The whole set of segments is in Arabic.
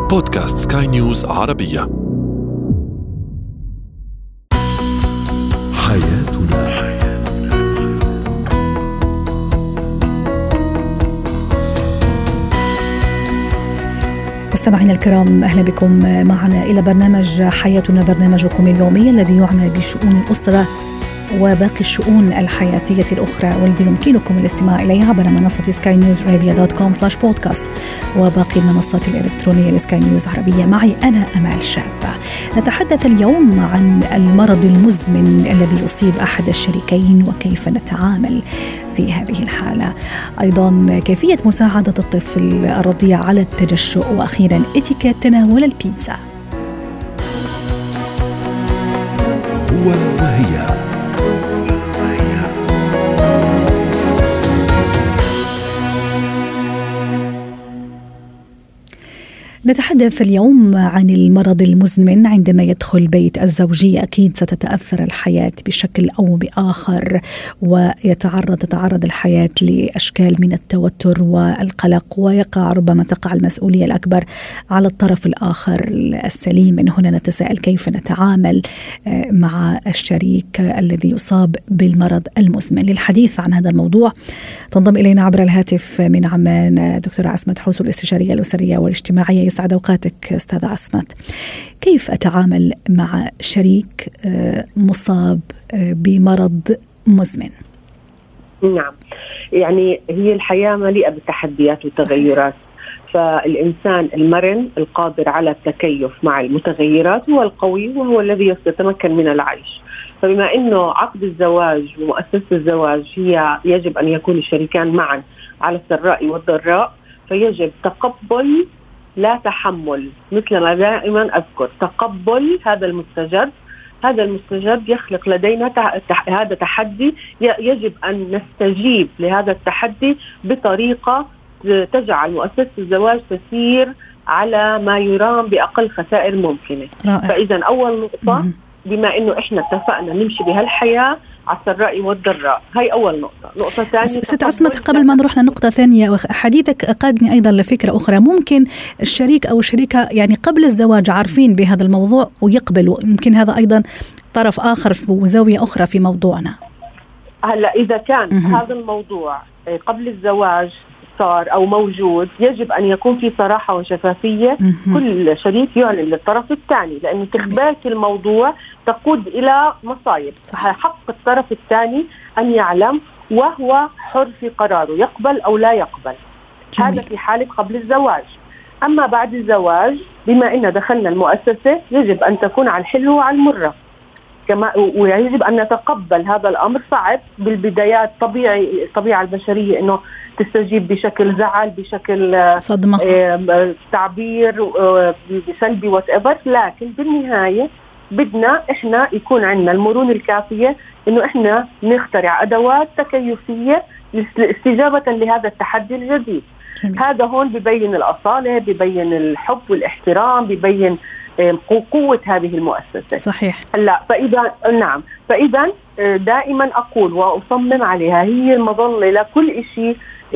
بودكاست سكاي نيوز عربية. حياتنا. مستمعينا الكرام، أهلا بكم معنا إلى برنامج حياتنا، برنامجكم اليومي الذي يعنى بشؤون الأسرة وباقي الشؤون الحياتية الأخرى، والذي يمكنكم الاستماع إليه عبر منصة skynewsarabia.com/podcast وباقي المنصات الإلكترونية لسكاي نيوز عربية. معي أنا أمال شابة. نتحدث اليوم عن المرض المزمن الذي يصيب أحد الشريكين وكيف نتعامل في هذه الحالة، أيضا كيفية مساعدة الطفل الرضيع على التجشؤ، وأخيرا إتيكيت تناول البيتزا. هو وهي. نتحدث اليوم عن المرض المزمن. عندما يدخل بيت الزوجية أكيد ستتأثر الحياة بشكل أو بآخر، وتتعرض الحياة لأشكال من التوتر والقلق، ربما تقع المسؤولية الأكبر على الطرف الآخر السليم. من هنا نتساءل كيف نتعامل مع الشريك الذي يصاب بالمرض المزمن. للحديث عن هذا الموضوع تنضم إلينا عبر الهاتف من عمان دكتورة عصمت حوسو، الاستشارية الأسرية والاجتماعية. يسعد أوقاتك أستاذة عصمت. كيف أتعامل مع شريك مصاب بمرض مزمن؟ نعم، يعني هي الحياة مليئة بالتحديات والتغيرات، فالإنسان المرن القادر على التكيف مع المتغيرات هو القوي، وهو الذي يتمكن من العيش. فبما أنه عقد الزواج ومؤسسة الزواج هي يجب أن يكون الشريكان معا على السراء والضراء، فيجب تقبل لا تحمل، مثل ما دائما أذكر، تقبل هذا المستجد يخلق لدينا هذا تحدي. يجب أن نستجيب لهذا التحدي بطريقة تجعل مؤسسة الزواج تسير على ما يرام بأقل خسائر ممكنة. فإذا أول نقطة، بما إنه إحنا اتفقنا نمشي بهالحياة على السراء والضراء، هاي أول نقطة ثانية. ست عصمت، قبل ما نروح لنقطة ثانية، حديثك قادني أيضا لفكرة أخرى. ممكن الشريك أو الشريكة يعني قبل الزواج عارفين بهذا الموضوع ويقبلوا، يمكن هذا أيضا طرف آخر وزاوية أخرى في موضوعنا. هلا إذا كان هذا الموضوع قبل الزواج صار أو موجود، يجب أن يكون في صراحة وشفافية. كل شريك يعلن للطرف الثاني، لأن تخباك الموضوع تقود إلى مصايب. حق الطرف الثاني أن يعلم، وهو حر في قراره يقبل أو لا يقبل. هذا في حالة قبل الزواج. أما بعد الزواج، بما أن دخلنا المؤسسة، يجب أن تكون على الحلو وعلى المرة كما، ويجب أن نتقبل هذا الأمر. صعب بالبدايات، طبيعي، الطبيعة البشرية إنه تستجيب بشكل زعل، بشكل صدمة، تعبير سلبي whatever. لكن بالنهاية بدنا إحنا يكون عندنا المرونة الكافية إنه إحنا نخترع أدوات تكيفية استجابة لهذا التحدي الجديد. هذا هون ببين الأصالة، ببين الحب والاحترام، ببين قوة هذه المؤسسة. صحيح. لا، فإذا دائما أقول وأصمم عليها، هي المظلة لكل شيء،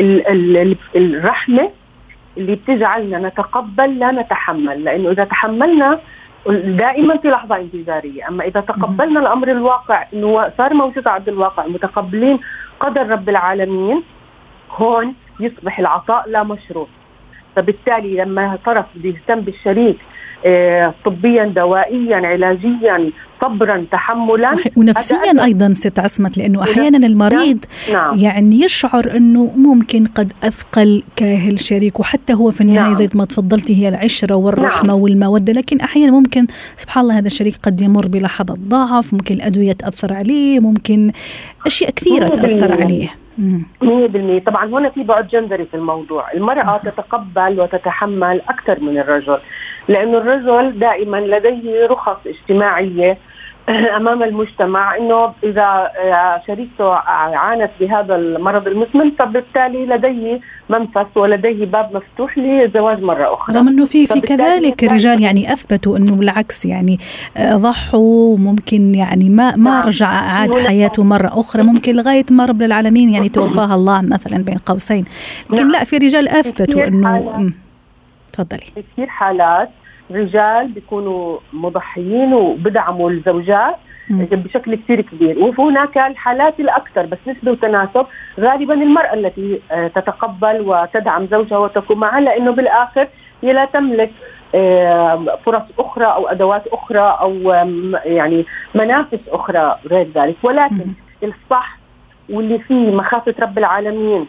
الرحمة اللي بتجعلنا نتقبل لا نتحمل. لأنه إذا تحملنا دائما في لحظة انتظارية، أما إذا تقبلنا الأمر الواقع إنه صار موجود على الواقع، متقبلين قدر رب العالمين، هون يصبح العطاء لا مشروط. فبالتالي لما طرف بيهتم بالشريك طبيا، دوائيا، علاجيا، صبرا، تحملا، ونفسيا أيضا ست عصمت، لأنه أحيانا المريض يعني يشعر أنه ممكن قد أثقل كاهل شريك، وحتى هو في النهاية زي ما تفضلتي هي العشرة والرحمة والمودة، لكن أحيانا ممكن سبحان الله هذا الشريك قد يمر بلحظة ضعف، ممكن الأدوية تأثر عليه، ممكن أشياء كثيرة تأثر عليه. 100%. طبعا هنا في بعد جندري في الموضوع. المرأة تتقبل وتتحمل أكثر من الرجل، لأن الرجل دائما لديه رخص اجتماعية أمام المجتمع، إنه إذا شريكته عانت بهذا المرض المزمن فبالتالي لديه منفس ولديه باب مفتوح للزواج مرة أخرى. رغم أنه في كذلك رجال يعني أثبتوا أنه بالعكس يعني ضحوا، ممكن يعني ما رجع عاد حياته مرة أخرى، ممكن لغاية ما رب العالمين يعني توفاها الله مثلا بين قوسين، لكن لا، في رجال أثبتوا أنه تفضلي. كثير حالات رجال بيكونوا مضحيين وبدعموا الزوجات بشكل كثير كبير، وهناك الحالات الأكثر بس نسبة وتناسب غالبا المرأة التي تتقبل وتدعم زوجها وتكون معها، لأنه بالآخر هي لا تملك فرص أخرى أو أدوات أخرى أو يعني منافس أخرى غير ذلك. ولكن الصح واللي فيه مخافة رب العالمين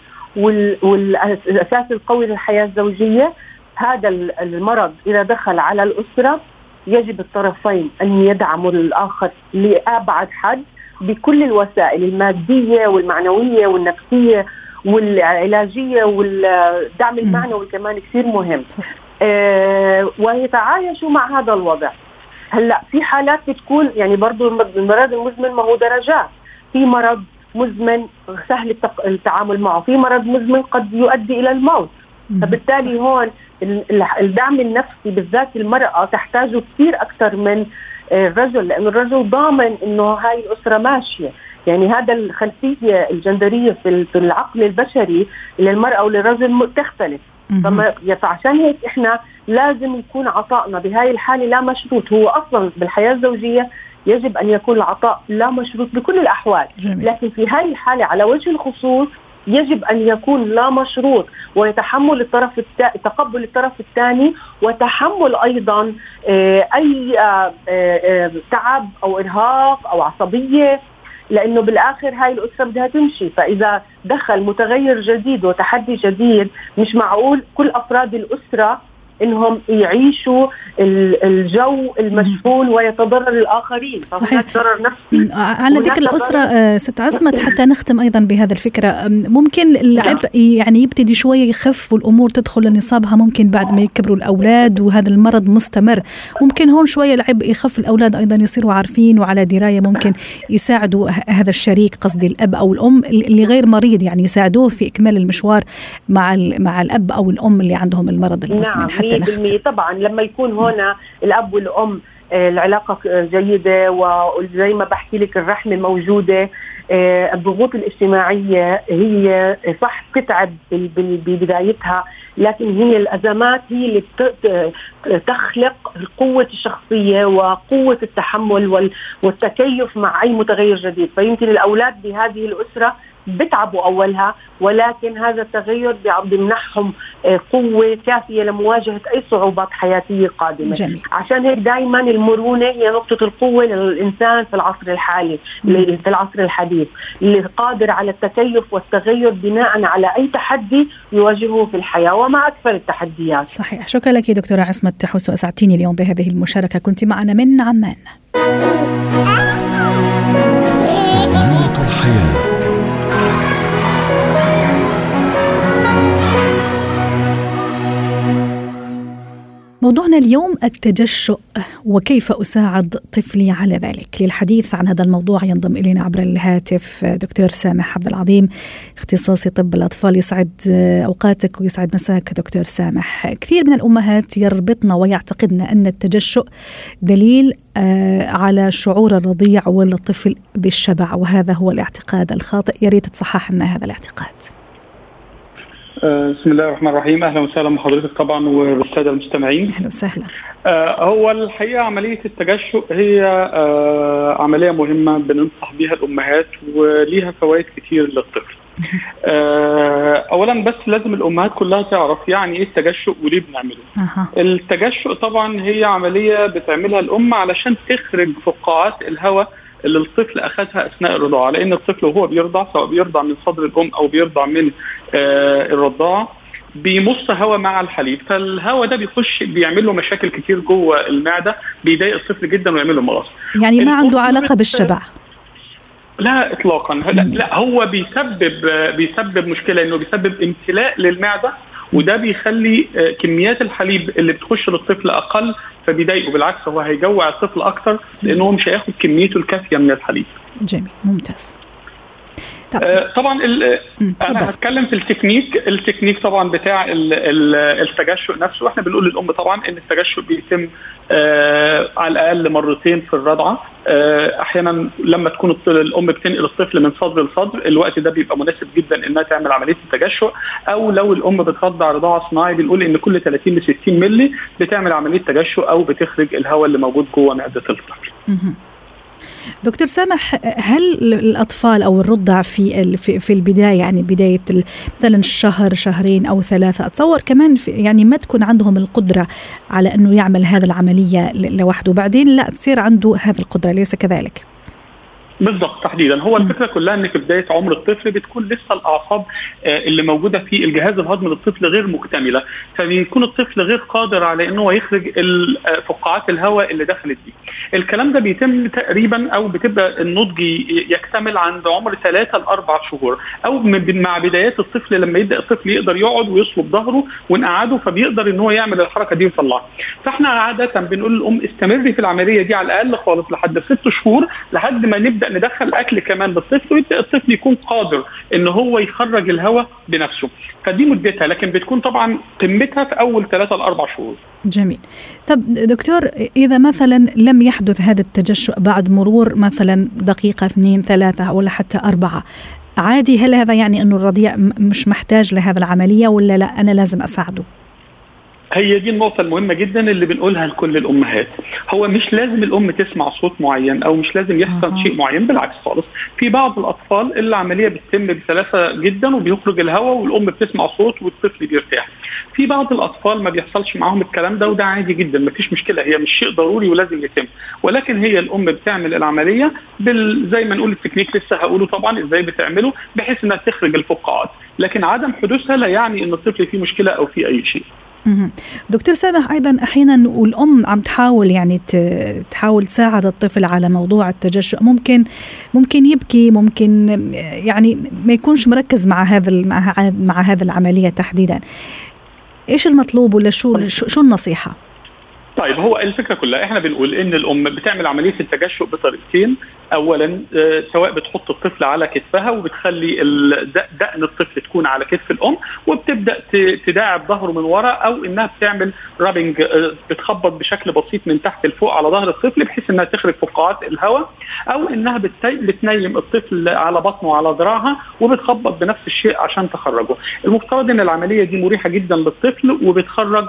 والأساس القوي للحياة الزوجية، هذا المرض إذا دخل على الأسرة يجب الطرفين أن يدعموا الآخر لأبعد حد بكل الوسائل المادية والمعنوية والنفسية والعلاجية، والدعم المعنوي كمان كثير مهم، ويتعايشوا مع هذا الوضع. هلأ في حالات بتكون يعني برضو المرض المزمن ما هو درجات، في مرض مزمن سهل التعامل معه، في مرض مزمن قد يؤدي إلى الموت. فبالتالي هون الدعم النفسي بالذات المرأة تحتاجه كثير أكثر من الرجل، لأن الرجل ضامن إنه هاي الأسرة ماشية. يعني هذا الخلفية الجندرية في العقل البشري للمرأة وللرجل تختلف. فعشان هيك إحنا لازم يكون عطائنا بهاي الحالة لا مشروط. هو أصلا بالحياة الزوجية يجب أن يكون العطاء لا مشروط بكل الأحوال، لكن في هاي الحالة على وجه الخصوص يجب أن يكون لا مشروط، ويتحمل تقبل الطرف الثاني، وتحمل أيضا أي تعب أو إرهاق أو عصبية، لأنه بالآخر هاي الأسرة بدها تمشي. فإذا دخل متغير جديد وتحدي جديد مش معقول كل أفراد الأسرة إنهم يعيشوا الجو المشحون ويتضرر الآخرين. صحيح. ضرر نفسي على ذيك الأسرة. ست عصمت، حتى نختم أيضا بهذا الفكرة، ممكن العبء يعني يبتدي شوية يخف والأمور تدخل لنصابها ممكن بعد ما يكبروا الأولاد وهذا المرض مستمر، ممكن هون شوية العبء يخف، الأولاد أيضا يصيروا عارفين وعلى دراية، ممكن يساعدوا هذا الشريك، قصدي الأب أو الأم اللي غير مريض، يعني يساعدوه في إكمال المشوار مع الأب أو الأم اللي عندهم المرض المزمن. حتى طبعا لما يكون هنا الأب والأم العلاقة جيدة، وزي ما بحكي لك الرحمة موجودة، الضغوط الاجتماعية هي صح تتعب ببدايتها، لكن هي الأزمات هي اللي تخلق قوة الشخصية وقوة التحمل والتكيف مع أي متغير جديد. فيمكن الأولاد بهذه الأسرة بتعبوا أولها، ولكن هذا التغير بيمنحهم قوة كافية لمواجهة أي صعوبات حياتية قادمة. جميل. عشان هيك دائما المرونة هي نقطة القوة للإنسان في العصر الحالي، في العصر الحديث، اللي قادر على التكيف والتغير بناء على أي تحدي يواجهه في الحياة ومع أكثر التحديات. صحيح. شكرا لك دكتورة عصمت حسو، أسعدتيني اليوم بهذه المشاركة، كنت معنا من عمان. زينة الحياة. موضوعنا اليوم التجشؤ وكيف أساعد طفلي على ذلك. للحديث عن هذا الموضوع ينضم إلينا عبر الهاتف دكتور سامح عبد العظيم، اختصاصي طب الأطفال. يسعد أوقاتك ويسعد مساك دكتور سامح. كثير من الأمهات يربطن ويعتقدن أن التجشؤ دليل على شعور الرضيع والطفل بالشبع، وهذا هو الاعتقاد الخاطئ. يا ريت تصحح لنا هذا الاعتقاد. بسم الله الرحمن الرحيم. أهلا وسهلا بحضرتك طبعا وبالسادة المستمعين. أهلا وسهلا. هو الحقيقة عملية التجشؤ هي عملية مهمة بننصح بها الأمهات وليها فوائد كتير للطفل. أولا بس لازم الأمهات كلها تعرف يعني إيه التجشؤ وليه بنعمله. التجشؤ طبعا هي عملية بتعملها الأم علشان تخرج فقاعات الهواء اللي الطفل أخذها أثناء الرضاعة، لأن الطفل وهو بيرضع سواء بيرضع من صدر الأم أو بيرضع من الرضاعة بيمص هواء مع الحليب، فالهواء ده بيخش بيعمل له مشاكل كتير جوه المعدة، بيضايق الطفل جدا ويعمل له مغص. يعني ما عنده علاقة بالشبع؟ لا إطلاقا. لا هو بيسبب مشكلة، إنه بيسبب امتلاء للمعدة، وده بيخلي كميات الحليب اللي بتخش للطفل أقل، فبيضايقه. بالعكس هو هيجوع الطفل أكتر لأنه مش هياخد كميته الكافية من الحليب. جميل، ممتاز. طبعا انا هتكلم في التكنيك طبعا بتاع التجشؤ نفسه. احنا بنقول للام طبعا ان التجشؤ بيتم على الاقل مرتين في الرضعه. احيانا لما تكون الام بتنقل الطفل من صدر لصدر، الوقت ده بيبقى مناسب جدا انها تعمل عمليه التجشؤ. او لو الام بترضع رضاعه صناعي بنقول ان كل 30 ل 60 مللي بتعمل عمليه تجشؤ او بتخرج الهواء اللي موجود جوه معده الطفل. دكتور سامح، هل الأطفال أو الرضع في البداية، يعني بداية مثلا شهر شهرين أو 3، أتصور كمان يعني ما تكون عندهم القدرة على أنه يعمل هذه العملية لوحده، بعدين لا تصير عنده هذه القدرة، ليس كذلك؟ بالضبط تحديدا. هو الفكره كلها ان في بدايه عمر الطفل بتكون لسه الاعصاب اللي موجوده في الجهاز الهضمي للطفل غير مكتمله، فبيكون الطفل غير قادر على انه يخرج فقاعات الهواء اللي دخلت دي. الكلام ده بيتم تقريبا او بتبدا النضج يكتمل عند عمر 3 ل 4 شهور، او مع بدايات الطفل لما يبدا الطفل يقدر يقعد ويصلب ظهره ونقعده، فبيقدر ان هو يعمل الحركه دي ويطلعها. فاحنا عاده بنقول للام استمري في العمليه دي على الاقل خالص لحد 6 شهور، لحد ما نبدا ندخل اكل كمان للطفل ويبدا الطفل يكون قادر ان هو يخرج الهواء بنفسه. فدي مدتها، لكن بتكون طبعا قمتها في اول 3 ل 4 شهور. جميل. طب دكتور، اذا مثلا لم يحدث هذا التجشؤ بعد مرور مثلا دقيقه 2 3 ولا حتى 4، عادي؟ هل هذا يعني انه الرضيع مش محتاج لهذه العمليه، ولا لا انا لازم اساعده؟ هي دي النقطة المهمة جدا اللي بنقولها لكل الأمهات. هو مش لازم الأم تسمع صوت معين أو مش لازم يحصل شيء معين، بالعكس خالص. في بعض الأطفال العملية بتتم بسلاسة جدا وبيخرج الهواء والأم بتسمع صوت والطفل بيرتاح. في بعض الأطفال ما بيحصلش معهم الكلام ده، وده عادي جدا، مفيش مشكلة، هي مش شيء ضروري ولازم يتم. ولكن هي الأم بتعمل العملية زي ما نقول التكنيك لسه هقوله طبعا إزاي بتعمله، بحيث إنها تخرج الفقاعات، لكن عدم حدوثها لا يعني إن الطفل فيه مشكلة أو فيه أي شيء. دكتور سامح، أيضا أحيانا والأم عم تحاول يعني تحاول تساعد الطفل على موضوع التجشؤ، ممكن يبكي، ممكن يعني ما يكونش مركز مع هذا العملية تحديدا. إيش المطلوب ولا شو النصيحة؟ طيب، هو الفكرة كلها احنا بنقول ان الام بتعمل عملية التجشؤ بطريقتين. اولا سواء بتحط الطفل على كتفها وبتخلي دقن الطفل تكون على كتف الام وبتبدأ تداعب ظهره من وراء، او انها بتعمل رابنج، بتخبط بشكل بسيط من تحت لفوق على ظهر الطفل بحيث انها تخرج فقاعات الهواء، او انها بتنيم الطفل على بطنه وعلى ذراعها وبتخبط بنفس الشيء عشان تخرجه. المفترض ان العملية دي مريحة جدا للطفل وبتخرج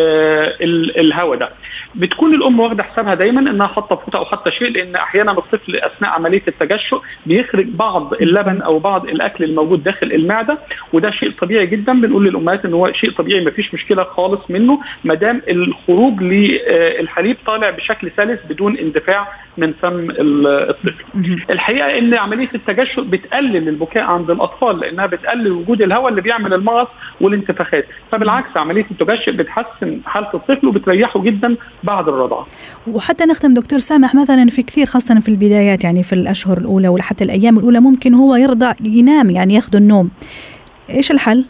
الهواء ده. بتكون الام واخده حسابها دايما انها حاطه فوطه او حاطه شيء، لان احيانا الطفل اثناء عمليه التجشؤ بيخرج بعض اللبن او بعض الاكل الموجود داخل المعده، وده شيء طبيعي جدا. بنقول للامهات ان هو شيء طبيعي، مفيش مشكله خالص منه ما دام الخروج للحليب طالع بشكل سلس بدون اندفاع من فم الطفل. الحقيقه ان عمليه التجشؤ بتقلل البكاء عند الاطفال، لانها بتقلل وجود الهواء اللي بيعمل المغص والانتفاخات، فبالعكس عمليه التجشؤ بتحسن حاله الطفل وبتريحه جدا بعد الرضاعه. وحتى نختم دكتور سامح، مثلا في كثير خاصه في البدايات، يعني في الاشهر الاولى ولا حتى الايام الاولى، ممكن هو يرضع ينام، يعني ياخذ النوم. ايش الحل؟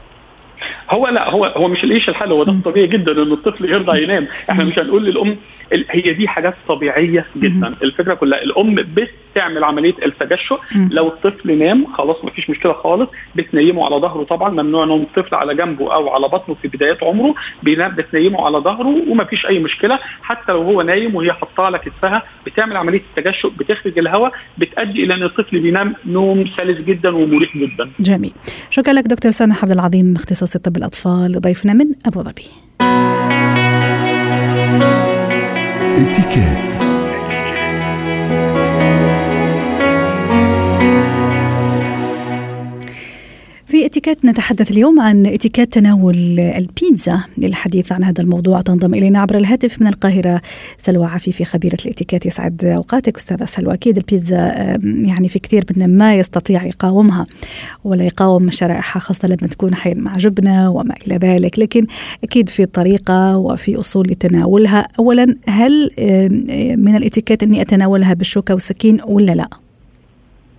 هو مش ايش الحل، هو ده طبيعي جدا ان الطفل يرضع ينام. احنا مش هنقول للام، هي دي حاجات طبيعيه جدا. الفكره كلها الام بتعمل عمليه التجشؤ، لو الطفل نام خلاص مفيش مشكله خالص، بتنيمه على ظهره. طبعا ممنوع نوم الطفل على جنبه او على بطنه في بدايات عمره، بتنيمه على ظهره ومفيش اي مشكله. حتى لو هو نايم وهي حاطاه على كتفها بتعمل عمليه التجشؤ، بتخرج الهواء، بتؤدي الى ان الطفل بينام نوم سلس جدا ومريح جدا. جميل، شكرا لك دكتور سامح عبد العظيم، اختصاصي طب الأطفال، ضيفنا من أبو ظبي. اتيكيت. في اتيكيت نتحدث اليوم عن اتيكيت تناول البيتزا. للحديث عن هذا الموضوع تنضم إلينا عبر الهاتف من القاهرة سلوى عفيفي، خبيرة الاتيكيت. يسعد أوقاتك أستاذة سلوى. أكيد البيتزا يعني في كثير منا ما يستطيع يقاومها ولا يقاوم شرائحها، خاصة لما تكون حين مع جبنة وما إلى ذلك، لكن أكيد في طريقة وفي أصول لتناولها. أولا، هل من الاتيكيت أني أتناولها بالشوكة والسكين ولا لا؟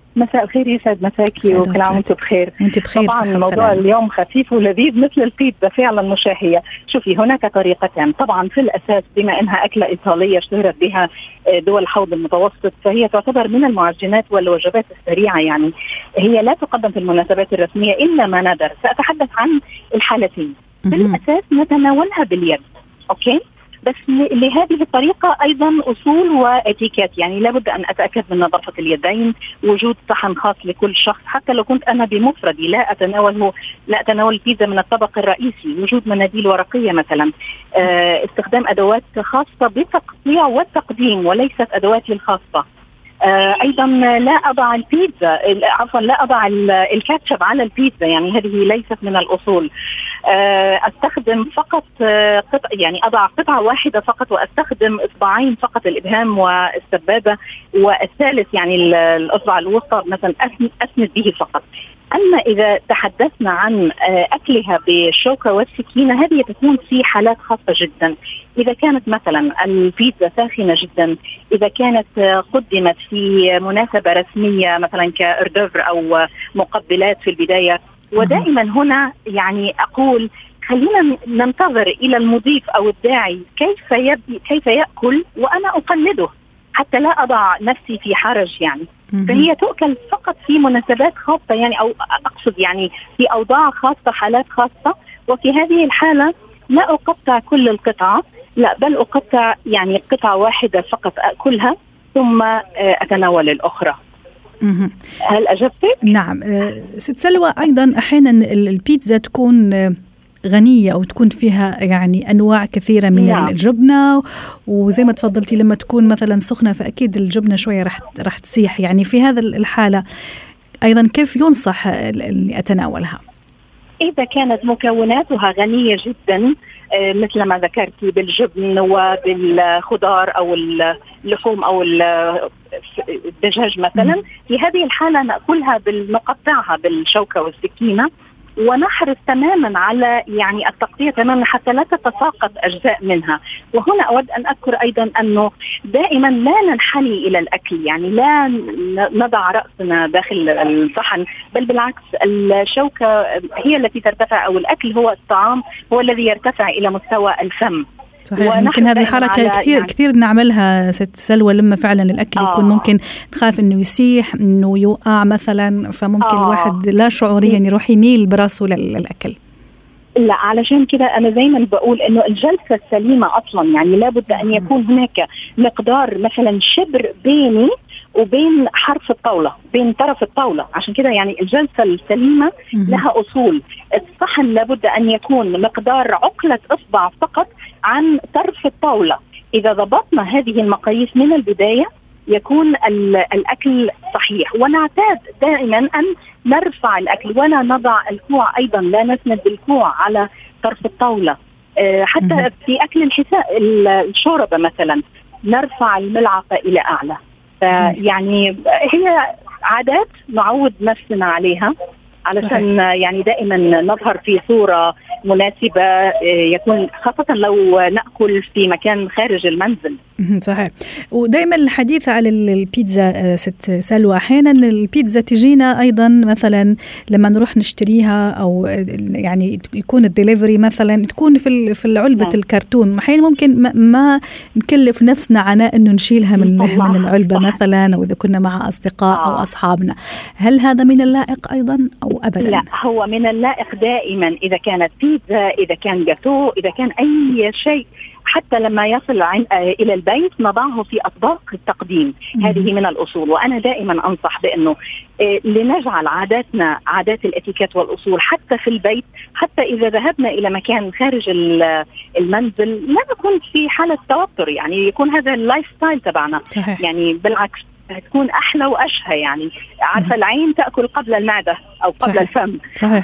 مساء الخير، يسعد مساكي وكل عام وانتم بخير. وانت بخير. طبعا الموضوع اليوم خفيف ولذيذ مثل البيتزا فعلا مشاهية. شوفي هناك طريقتين طبعا في الأساس، بما أنها أكلة إيطالية اشتهرت بها دول الحوض المتوسط، فهي تعتبر من المعجنات والوجبات السريعة. يعني هي لا تقدم في المناسبات الرسمية إلا ما نادر. سأتحدث عن الحالتين. في الأساس نتناولها باليد، أوكي، بس لهذه الطريقة أيضا أصول واتيكيت. يعني لابد أن أتأكد من نظافة اليدين، وجود صحن خاص لكل شخص. حتى لو كنت أنا بمفردي لا أتناول البيتزا من الطبق الرئيسي، وجود مناديل ورقية مثلا، استخدام أدوات خاصة بالتقطيع والتقديم وليست أدواتي الخاصة. أيضا لا أضع البيتزا، عفوا لا أضع الكاتشب على البيتزا، يعني هذه ليست من الأصول. أستخدم فقط يعني أضع قطعة واحدة فقط، وأستخدم إصبعين فقط، الإبهام والسبابة، والثالث يعني الإصبع الوسطى مثلا أسند به فقط. أما إذا تحدثنا عن أكلها بالشوكة والسكينة، هذه تكون في حالات خاصة جدا. إذا كانت مثلا البيتزا ساخنة جدا، إذا كانت قدمت في مناسبة رسمية مثلا كأردوفر أو مقبلات في البداية. ودائما هنا يعني أقول خلينا ننتظر إلى المضيف أو الداعي كيف يأكل وأنا أقلده، حتى لا أضع نفسي في حرج يعني. فهي تؤكل فقط في مناسبات خاصة، يعني أو أقصد يعني في أوضاع خاصة، حالات خاصة. وفي هذه الحالة لا أقطع كل القطعة، لا، بل أقطع يعني قطعة واحدة فقط أكلها ثم أتناول الأخرى. هل أجبتك؟ نعم. ست سلوى، أيضا أحيانا البيتزا تكون غنية أو تكون فيها يعني أنواع كثيرة من الجبنة، وزي ما تفضلتي لما تكون مثلا سخنة فأكيد الجبنة شوية رح تسيح. يعني في هذا الحالة أيضا كيف ينصح أني أتناولها؟ إذا كانت مكوناتها غنية جدا مثل ما ذكرتي بالجبن وبالخضار أو اللحوم أو الدجاج مثلا، في هذه الحالة نأكلها نقطعها بالشوكة والسكينة، ونحرص تماما على يعني التقطيع تماما حتى لا تتساقط أجزاء منها. وهنا أود أن أذكر أيضا أنه دائما لا ننحني إلى الأكل، يعني لا نضع رأسنا داخل الصحن، بل بالعكس الشوكة هي التي ترتفع، أو الأكل هو الطعام هو الذي يرتفع إلى مستوى الفم. صحيح. ممكن هذه الحركة كثير نعملها ست سلوى لما فعلا الأكل يكون ممكن نخاف إنه يسيح، إنه يوقع مثلا، فممكن الواحد لا شعوريا يروح يميل براسه للأكل. لا، علشان كده أنا دايما بقول إنه الجلسة السليمة أصلا يعني لابد أن يكون هناك مقدار مثلا شبر بيني وبين حرف الطاولة، بين طرف الطاولة. عشان كده يعني الجلسة السليمة لها أصول. الصحن لابد أن يكون مقدار عقلة إصبع فقط عن طرف الطاولة. إذا ضبطنا هذه المقاييس من البداية يكون الأكل صحيح. ونعتاد دائما أن نرفع الأكل ولا نضع الكوع، أيضا لا نسند الكوع على طرف الطاولة. حتى في أكل الشوربة مثلا نرفع الملعقة إلى أعلى. يعني هي عادات نعود نفسنا عليها علشان يعني دائما نظهر في صورة مناسبة، يكون خاصة لو نأكل في مكان خارج المنزل. صحيح. ودائما الحديث على البيتزا ست سلوى، أحيانا البيتزا تجينا أيضا مثلا لما نروح نشتريها، أو يعني يكون الدليفري مثلا تكون في العلبة الكرتون. أحيانا ممكن ما نكلف نفسنا عناء إنه نشيلها من العلبة مثلا، أو إذا كنا مع أصدقاء أو أصحابنا. هل هذا من اللائق أيضا أو أبدا؟ لا، هو من اللائق دائما. إذا كانت بيتزا، إذا كان جاتو، إذا كان أي شيء، حتى لما يصل إلى البيت نضعه في أطباق التقديم. هذه من الأصول. وأنا دائما أنصح بأنه لنجعل عاداتنا عادات الاتيكيت والأصول حتى في البيت، حتى إذا ذهبنا إلى مكان خارج المنزل لا نكون في حالة توتر، يعني يكون هذا اللايف ستايل تبعنا. يعني بالعكس تكون أحلى وأشهى. يعني عارفة العين تأكل قبل المعدة أو قبل الفم. صحيح.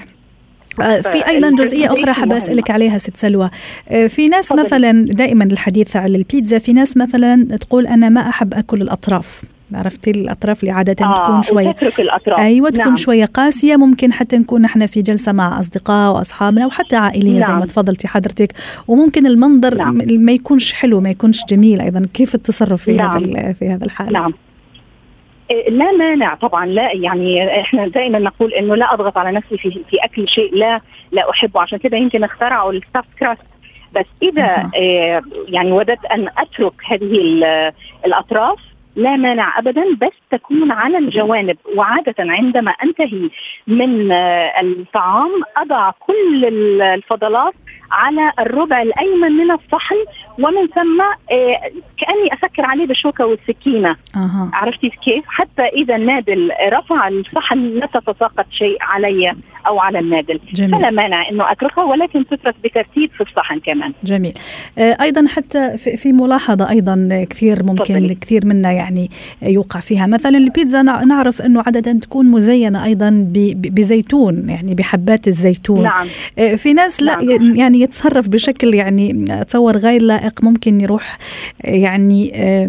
في أيضا جزئية أخرى حابة أسألك عليها ست سلوى. في ناس مثلا دائما الحديث على البيتزا، في ناس مثلا تقول أنا ما أحب أكل الأطراف. عرفتي الأطراف اللي عادة تكون شوية أيوة تكون شوية قاسية. ممكن حتى نكون نحن في جلسة مع أصدقاء وأصحابنا وحتى عائلية زي ما تفضلتي حضرتك، وممكن المنظر ما يكونش حلو، ما يكونش جميل. أيضا كيف التصرف في هذا الحالة؟ لا مانع طبعا، لا يعني احنا دائما نقول انه لا اضغط على نفسي في اكل شيء لا احبه، عشان كده يمكن اخترعوا الستافد كراست. بس اذا يعني وددت ان اترك هذه الاطراف لا مانع ابدا، بس تكون على الجوانب. وعاده عندما انتهي من الطعام اضع كل الفضلات على الربع الايمن من الصحن، ومن ثم كاني اسكر عليه بالشوكه والسكينه. عرفتي كيف؟ حتى اذا النادل رفع الصحن لا تتساقط شيء علي او على النادل. جميل. فلا مانع انه اتركها، ولكن تترك بترتيب في الصحن كمان. جميل. ايضا حتى في ملاحظه ايضا كثير ممكن كثير منا يعني يوقع فيها، مثلا البيتزا نعرف انه عاده تكون مزينه ايضا بزيتون، يعني بحبات الزيتون. نعم. في ناس لا يعني يتصرف بشكل يعني اتصور غير لائق، ممكن يروح يعني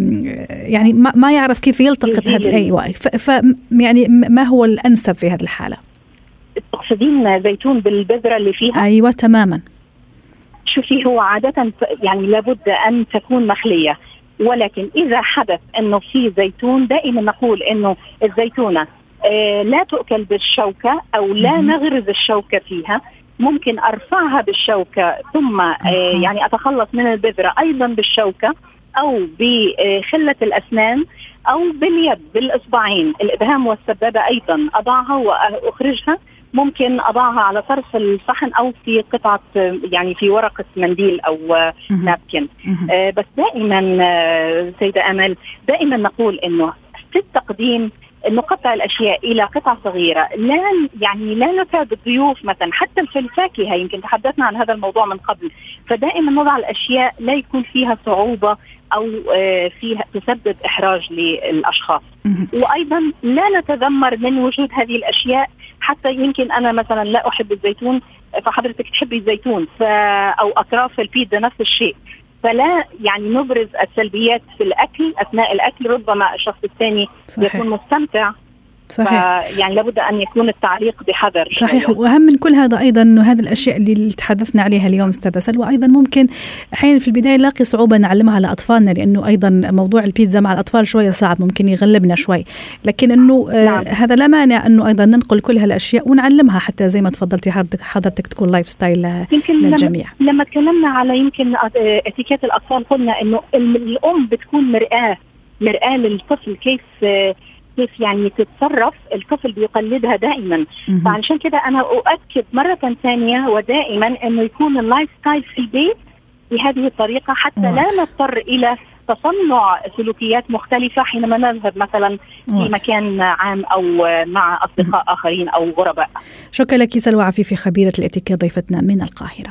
ما يعرف كيف يلتقط هذا. ايوه، يعني ما هو الانسب في هذه الحاله؟ تقصدين زيتون بالبذره اللي فيها؟ ايوه تماما. شوفي، هو عاده يعني لابد ان تكون مخليه، ولكن اذا حدث انه في زيتون دائما نقول انه الزيتونه لا تؤكل بالشوكه او لا نغرز الشوكه فيها. ممكن ارفعها بالشوكه ثم يعني اتخلص من البذره ايضا بالشوكه او بخله الاسنان او باليد بالاصبعين الابهام والسبابه، ايضا اضعها واخرجها. ممكن اضعها على طرف الصحن او في قطعه يعني في ورقه منديل او نابكن. بس دائما سيدة امل دائما نقول انه في التقديم نقطع الاشياء الى قطع صغيره، لا نتعب الضيوف مثلا. حتى في الفاكهه يمكن تحدثنا عن هذا الموضوع من قبل، فدائما نضع الاشياء لا يكون فيها صعوبه او فيها تسبب احراج للاشخاص. وايضا لا نتذمر من وجود هذه الاشياء. حتى يمكن انا مثلا لا احب الزيتون، فحضرتك تحبي الزيتون، او اطراف البيتزا نفس الشيء. فلا يعني نبرز السلبيات في الأكل أثناء الأكل، ربما الشخص الثاني يكون مستمتع. صحيح. يعني لابد أن يكون التعليق بحذر. صحيح. وأهم من كل هذا أيضا أنه هذه الأشياء اللي تحدثنا عليها اليوم أستاذة سلوى أيضا ممكن أحيانا في البداية نلاقي صعوبة نعلمها لأطفالنا، لأنه أيضا موضوع البيتزا مع الأطفال شوية صعب، ممكن يغلبنا شوي. لكن أنه هذا لا مانع أنه أيضا ننقل كل هالأشياء ونعلمها، حتى زي ما تفضلتي حضرتك تكون لايف ستايل للجميع. لما تكلمنا على يمكن اتيكيت الأطفال قلنا أنه الأم بتكون مرآة للطفل، كيف يعني تتصرف الطفل بيقلدها دائما. فعشان كده أنا أؤكد مرة ثانية ودائما أنه يكون اللايف ستايل في البيت بهذه الطريقة، حتى لا نضطر إلى تصنع سلوكيات مختلفة حينما نذهب مثلا في مكان عام أو مع أصدقاء آخرين أو غرباء. شكرا لك سلوى عفيفي، خبيرة الاتيكيت، ضيفتنا من القاهرة.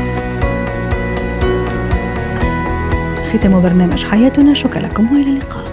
ختام برنامج حياتنا، شكرا لكم وإلى اللقاء.